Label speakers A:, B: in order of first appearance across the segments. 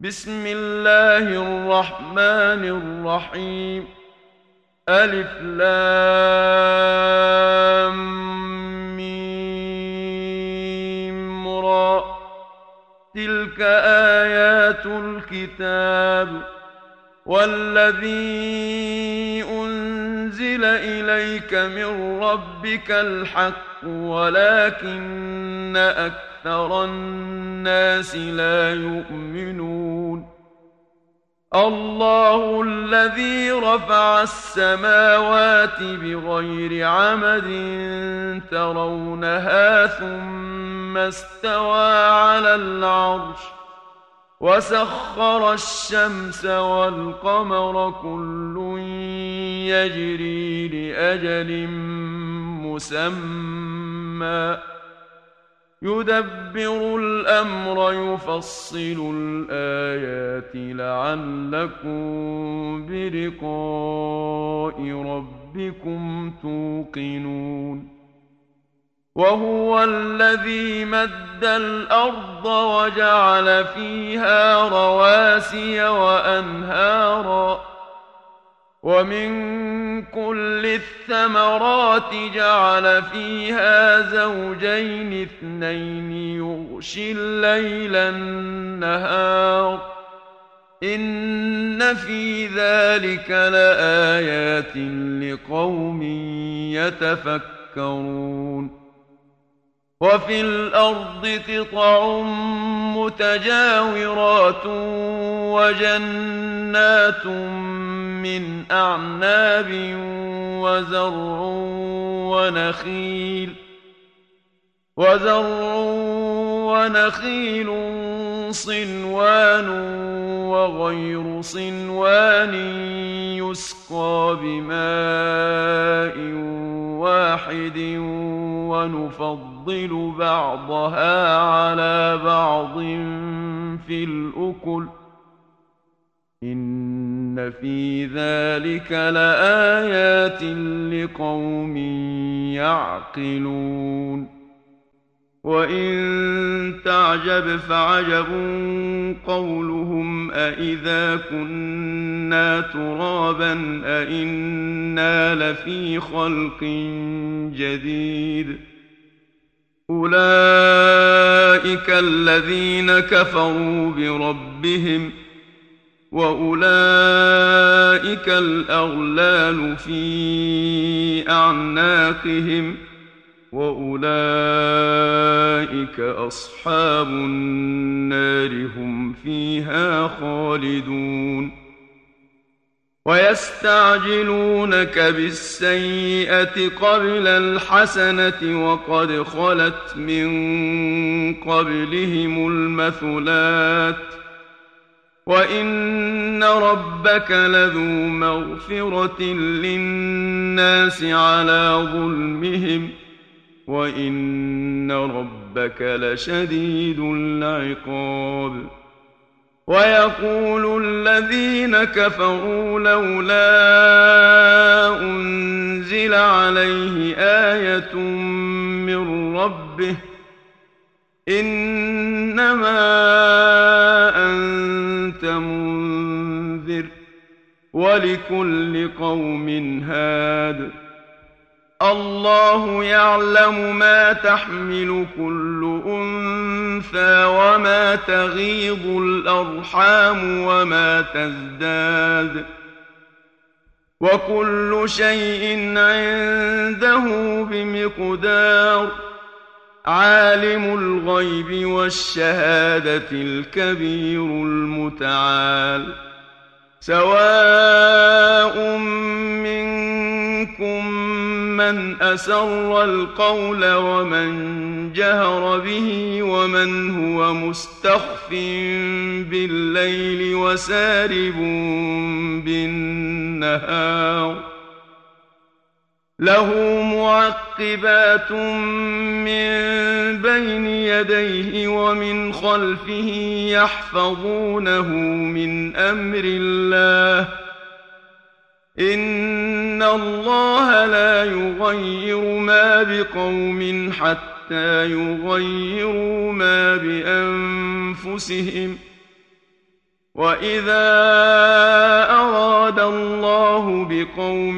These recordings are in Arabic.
A: بسم الله الرحمن الرحيم. ألف لام ميم را. تلك آيات الكتاب والذي أنزل إليك من ربك الحق ولكن أكثر الناس لا يؤمنون. الله الذي رفع السماوات بغير عمد ترونها ثم استوى على العرش وسخر الشمس والقمر كل يجري لأجل مسمى يدبر الأمر يفصل الآيات لعلكم بلقاء ربكم توقنون. وهو الذي مد الأرض وجعل فيها رواسي وأنهارا ومن كل الثمرات جعل فيها زوجين اثنين يغشي الليل النهار إن في ذلك لآيات لقوم يتفكرون. وفي الأرض قطع متجاورات وجنات من أعناب وزرع ونخيل صنوان وغير صنوان يسقى بماء واحد ونفضل بعضها على بعض في الأكل إن في ذلك لآيات لقوم يعقلون. وإن تعجب فعجب قولهم أإذا كنا ترابا أإنا لفي خلق جديد. أولئك الذين كفروا بربهم وأولئك الأغلال في أعناقهم وأولئك أصحاب النار هم فيها خالدون. ويستعجلونك بالسيئة قبل الحسنة وقد خلت من قبلهم المثلات وإن ربك لذو مغفرة للناس على ظلمهم وإن ربك لشديد العقاب. ويقول الذين كفروا لولا أنزل عليه آية من ربه إنما أنت منذر ولكل قوم هاد. الله يعلم ما تحمل كل أنثى وما تغيض الأرحام وما تزداد وكل شيء عنده بمقدار. عالم الغيب والشهادة الكبير المتعال. سواء منكم من أسر القول ومن جهر به ومن هو مستخف بالليل وسارب بالنهار. له معقبات من بين يديه ومن خلفه يحفظونه من أمر الله إن الله لا يغير ما بقوم حتى يغيروا ما بأنفسهم وَإِذَا أَرَادَ اللَّهُ بِقَوْمٍ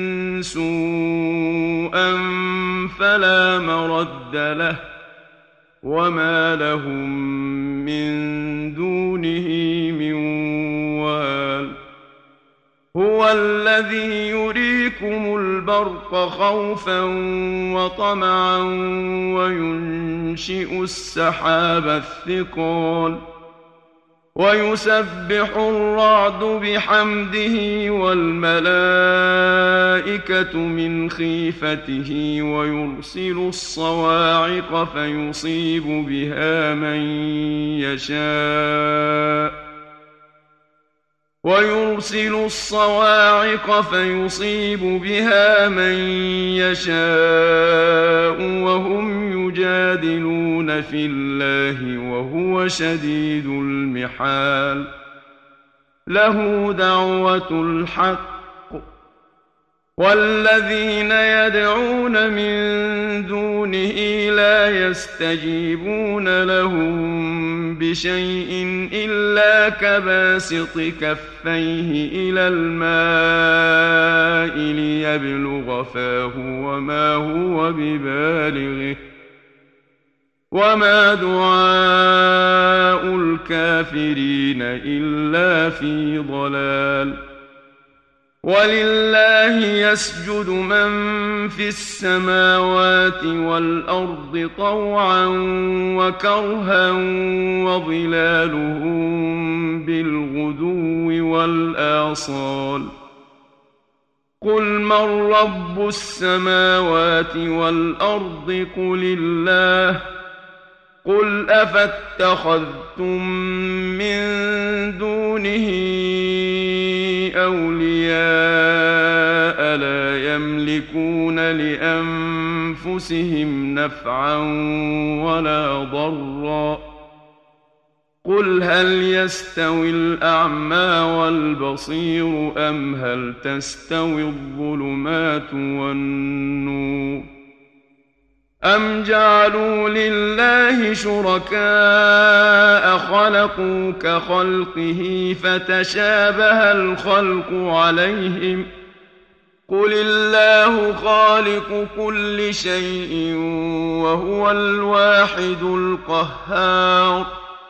A: سُوءًا فَلَا مَرَدَّ لَهُ وَمَا لَهُم مِّن دُونِهِ مِن وَالٍ هُوَ الَّذِي يُرِيكُمُ الْبَرْقَ خَوْفًا وَطَمَعًا وَيُنشِئُ السَّحَابَ الثِّقَالَ وَيُسَبِّحُ الرَّعْدُ بِحَمْدِهِ وَالْمَلَائِكَةُ مِنْ خِيفَتِهِ وَيُرْسِلُ الصَّوَاعِقَ فَيُصِيبُ بِهَا مَن يَشَاءُ وَهُمْ يُجَادِلُونَ فِي اللَّهِ وَهُوَ شَدِيدُ الْمِحَالِ لَهُ دَعْوَةُ الْحَقِّ وَالَّذِينَ يَدْعُونَ مِن دُونِهِ لَا يَسْتَجِيبُونَ لَهُم بِشَيْءٍ إِلَّا كَبَاسِطِ كَفَّيْهِ إِلَى الْمَاءِ لِيَبْلُغَ فَاهُ وَمَا هُوَ بِبَالِغِهِ وَمَا دُعَاءُ الْكَافِرِينَ إِلَّا فِي ضَلَالٍ وَلِلَّهِ يَسْجُدُ مَن فِي السَّمَاوَاتِ وَالْأَرْضِ طَوْعًا وَكَرْهًا وَظِلَالُهُم بِالْغُدُوِّ وَالْآصَالِ قُلْ مَن رَّبُّ السَّمَاوَاتِ وَالْأَرْضِ قُلِ اللَّهُ قُلْ أَفَاتَّخَذْتُم مِّن دُونِهِ أَوْلِيَاءَ لَا يَمْلِكُونَ لِأَنفُسِهِمْ نَفْعًا وَلَا ضَرًّا قُلْ هَلْ يَسْتَوِي الْأَعْمَىٰ وَالْبَصِيرُ أَمْ هَلْ تَسْتَوِي الظُّلُمَاتُ وَالنُّورُ أَمْ جَعَلُوا لِلَّهِ شُرَكَاءَ خَلَقُوا كَخَلْقِهِ فَتَشَابَهَ الْخَلْقُ عَلَيْهِمْ ۚ قُلِ اللَّهُ خَالِقُ كُلِّ شَيْءٍ وَهُوَ الْوَاحِدُ الْقَهَّارُ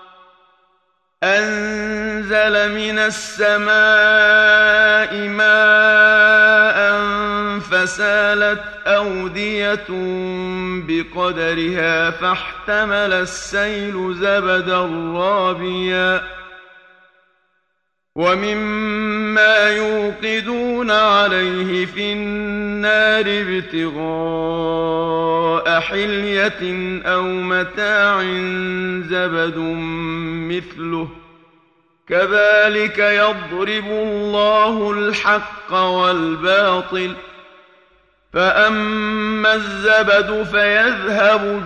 A: أَنزَلَ مِنَ السَّمَاءِ مَاءً فَسَالَتْ أَوْدِيَةٌ بِقَدَرِهَا فَاحْتَمَلَ السَّيْلُ زَبَدًا رَّابِيًا وَمِمَّا يُوقِدُونَ عَلَيْهِ فِي النَّارِ ابْتِغَاءَ حِلْيَةٍ أَوْ مَتَاعٍ زَبَدٌ مِّثْلُهُ كَذَٰلِكَ يَضْرِبُ اللَّهُ الْحَقَّ وَالْبَاطِلَ فَأَمَّا الزَّبَدُ فَيَذْهَبُ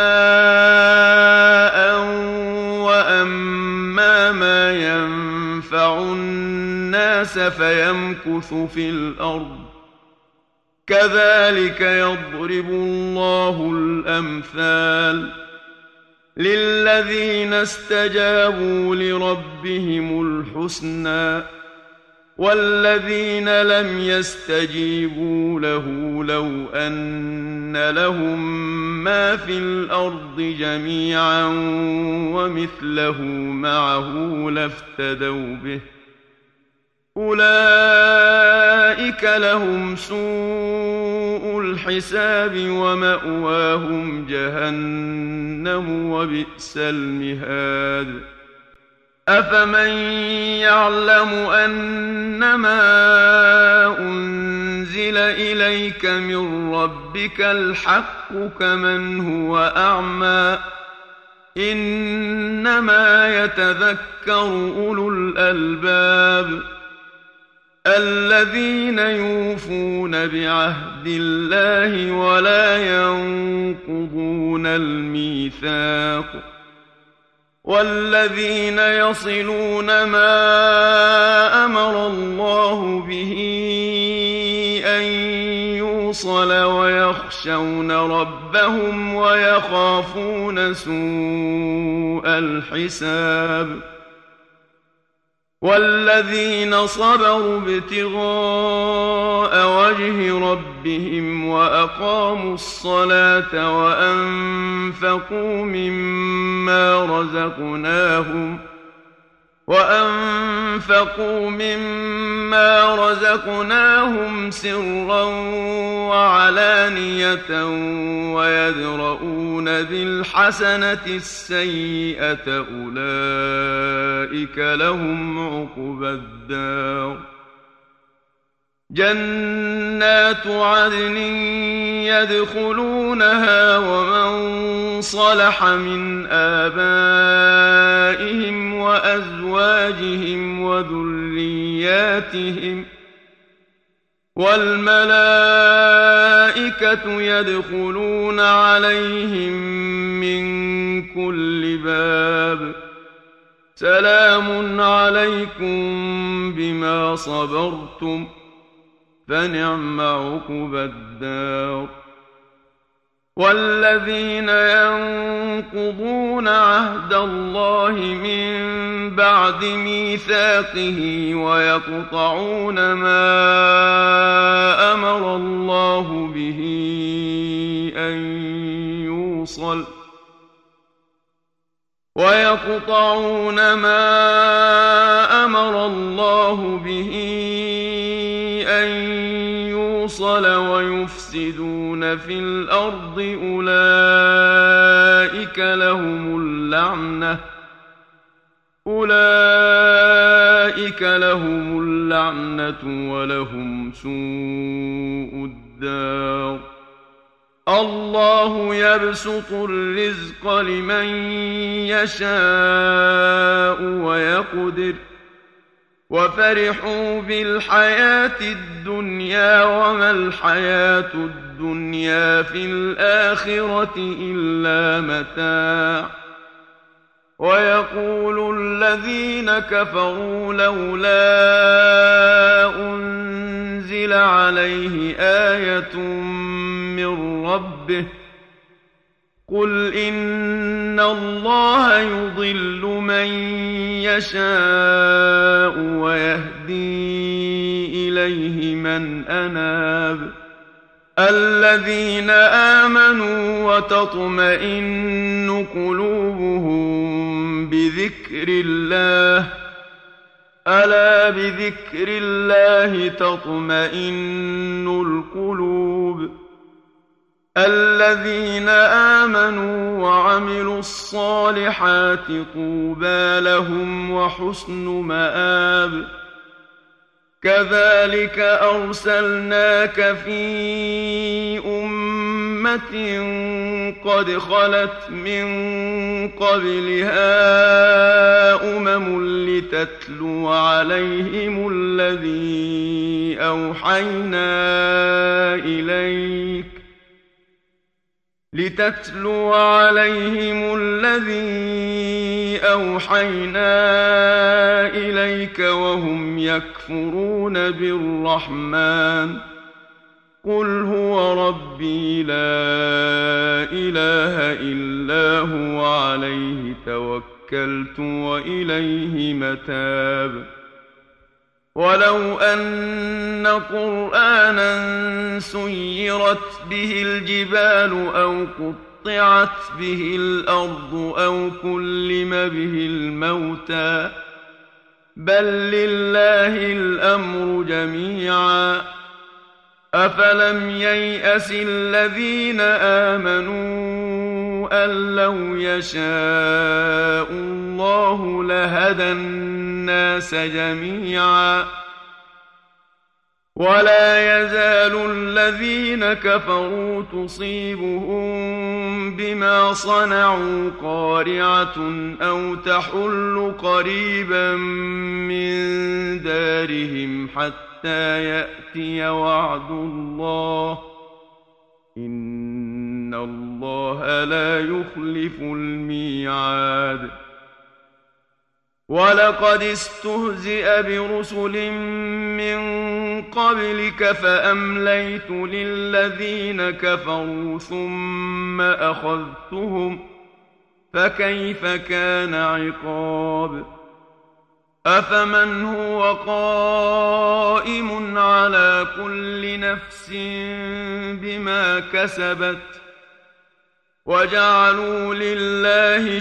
A: جُفَاءً وَأَمَّا مَا يَنفَعُ النَّاسَ فَيَمْكُثُ فِي الْأَرْضِ كَذَٰلِكَ يَضْرِبُ اللَّهُ الْأَمْثَالَ لِلَّذِينَ اسْتَجَابُوا لِرَبِّهِمُ الْحُسْنَىٰ وَالَّذِينَ لَمْ يَسْتَجِيبُوا لَهُ لَوْ أَنَّ لَهُم مَّا فِي الْأَرْضِ جَمِيعًا وَمِثْلَهُ مَعَهُ لَافْتَدَوْا بِهِ أُولَٰئِكَ لَهُمْ سُوءُ الْحِسَابِ وَمَأْوَاهُمْ جَهَنَّمُ وَبِئْسَ الْمِهَادُ أَفَمَن يَعْلَمُ أَنَّمَا أُنزِلَ إِلَيْكَ مِن رَّبِّكَ الْحَقُّ كَمَنْ هُوَ أَعْمَىٰ ۚ إِنَّمَا يَتَذَكَّرُ أُولُو الْأَلْبَابِ الَّذِينَ يُوفُونَ بِعَهْدِ اللَّهِ وَلَا يَنقُضُونَ الْمِيثَاقَ وَالَّذِينَ يَصِلُونَ مَا أَمَرَ اللَّهُ بِهِ أَن يُوصَلَ وَيَخْشَوْنَ رَبَّهُمْ وَيَخَافُونَ سُوءَ الْحِسَابِ والذين صبروا ابتغاء وجه ربهم وأقاموا الصلاة وأنفقوا مما رزقناهم سرا وعلانية ويدرؤون بالحسنة السيئة أولئك لهم عقبى الدار جنات عدن يدخلونها ومن صلح من آبائهم وأزواجهم وذرياتهم والملائكة يدخلون عليهم من كل باب سلام عليكم بما صبرتم فنعم عقبى الدار والذين ينقضون عهد الله من بعد ميثاقه ويقطعون ما أمر الله به أن يوصل ويفسدون في الأرض أولئك لهم اللعنة ولهم سوء الدار الله يبسط الرزق لمن يشاء ويقدر وفرحوا بالحياة الدنيا وما الحياة الدنيا في الآخرة إلا متاع ويقول الذين كفروا لولا أنزل عليه آية من ربه قل إن الله يضل من يشاء ويهدي إليه من أناب الذين آمنوا وتطمئن قلوبهم بذكر الله ألا بذكر الله تطمئن القلوب الذين آمنوا وعملوا الصالحات طوبى لهم وحسن مآب كذلك أرسلناك في أمة قد خلت من قبلها لتتلو عليهم الذي أوحينا إليك وهم يكفرون بالرحمن قل هو ربي لا إله إلا هو عليه توكلت وإليه متاب ولو أن قرآنا سيرت به الجبال أو قطعت به الأرض أو كلم به الموتى بل لله الأمر جميعا أفلم ييأس الذين آمنوا أن لو يشاء الله لهدى الناس جميعا ولا يزال الذين كفروا تصيبهم بما صنعوا قارعة أو تحل قريبا من دارهم حتى يأتي وعد الله إن الله لا يخلف الميعاد ولقد استهزئ برسل من قبلك فأمليت للذين كفروا ثم أخذتهم فكيف كان عقاب أفمن هو قائم على كل نفس بما كسبت وجعلوا لله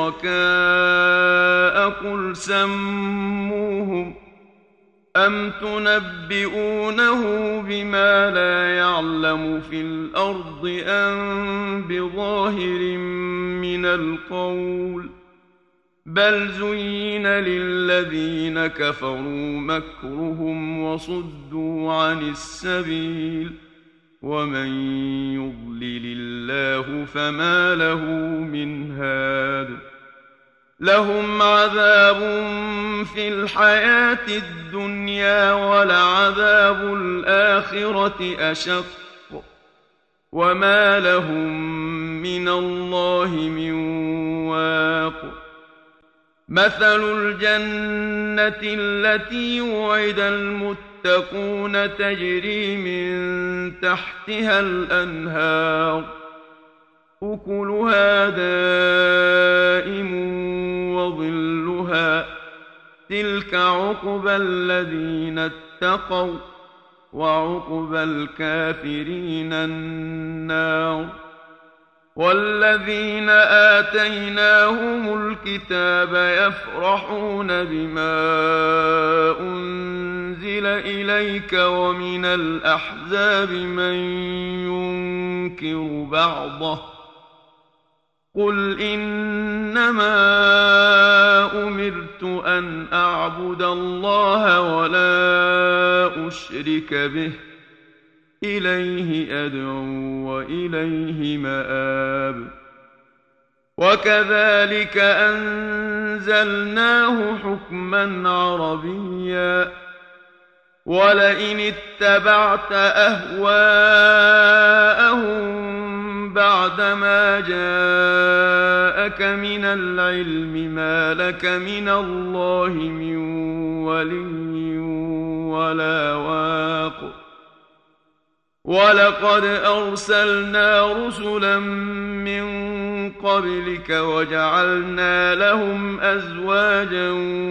A: شركاء قل سموهم أم تنبئونه بما لا يعلم في الأرض أم بظاهر من القول بل زين للذين كفروا مكرهم وصدوا عن السبيل ومن يضلل الله فما له من هاد لهم عذاب في الحياة الدنيا ولعذاب الآخرة أشق وما لهم من الله من واق مثل الجنة التي وعد المتقون تجري من تحتها الأنهار أكلها دائم وظلها تلك عقبى الذين اتقوا وعقبى الكافرين النار والذين آتيناهم الكتاب يفرحون بما أنزل إليك ومن الأحزاب من ينكر بعضه قل إنما أمرت أن أعبد الله ولا أشرك به إليه أدعو وإليه مآب وكذلك أنزلناه حكما عربيا ولئن اتبعت أهواءهم بعدما جاءك من العلم ما لك من الله من ولي ولا واق ولقد أرسلنا رسلا من قبلك وجعلنا لهم أزواجا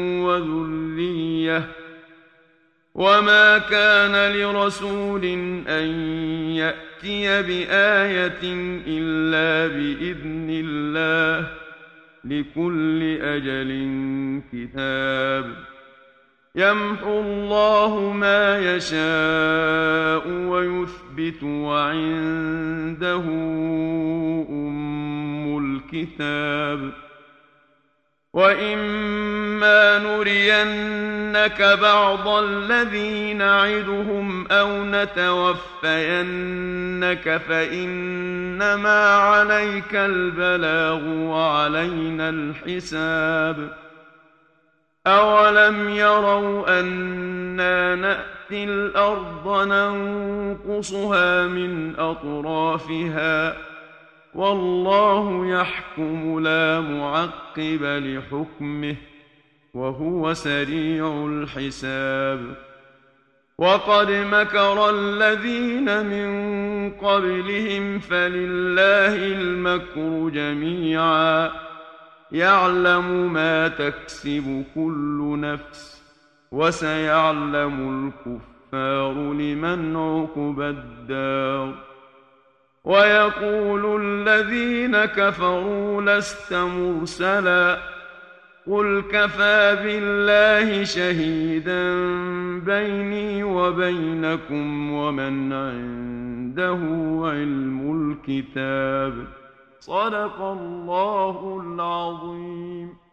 A: وذرية وما كان لرسول أن يأتي بآية إلا بإذن الله لكل أجل كتاب يمحو الله ما يشاء ويثبت وعنده أم الكتاب وإما نرينك بعض الذي نعدهم أو نتوفينك فإنما عليك البلاغ وعلينا الحساب أولم يروا أنا نأتي الأرض ننقصها من أطرافها والله يحكم لا معقب لحكمه وهو سريع الحساب وقد مكر الذين من قبلهم فلله المكر جميعا يعلم ما تكسب كل نفس وسيعلم الكفار لمن عقبى الدار ويقول الذين كفروا لست مرسلا قل كفى بالله شهيدا بيني وبينكم ومن عنده علم الكتاب صدق الله العظيم.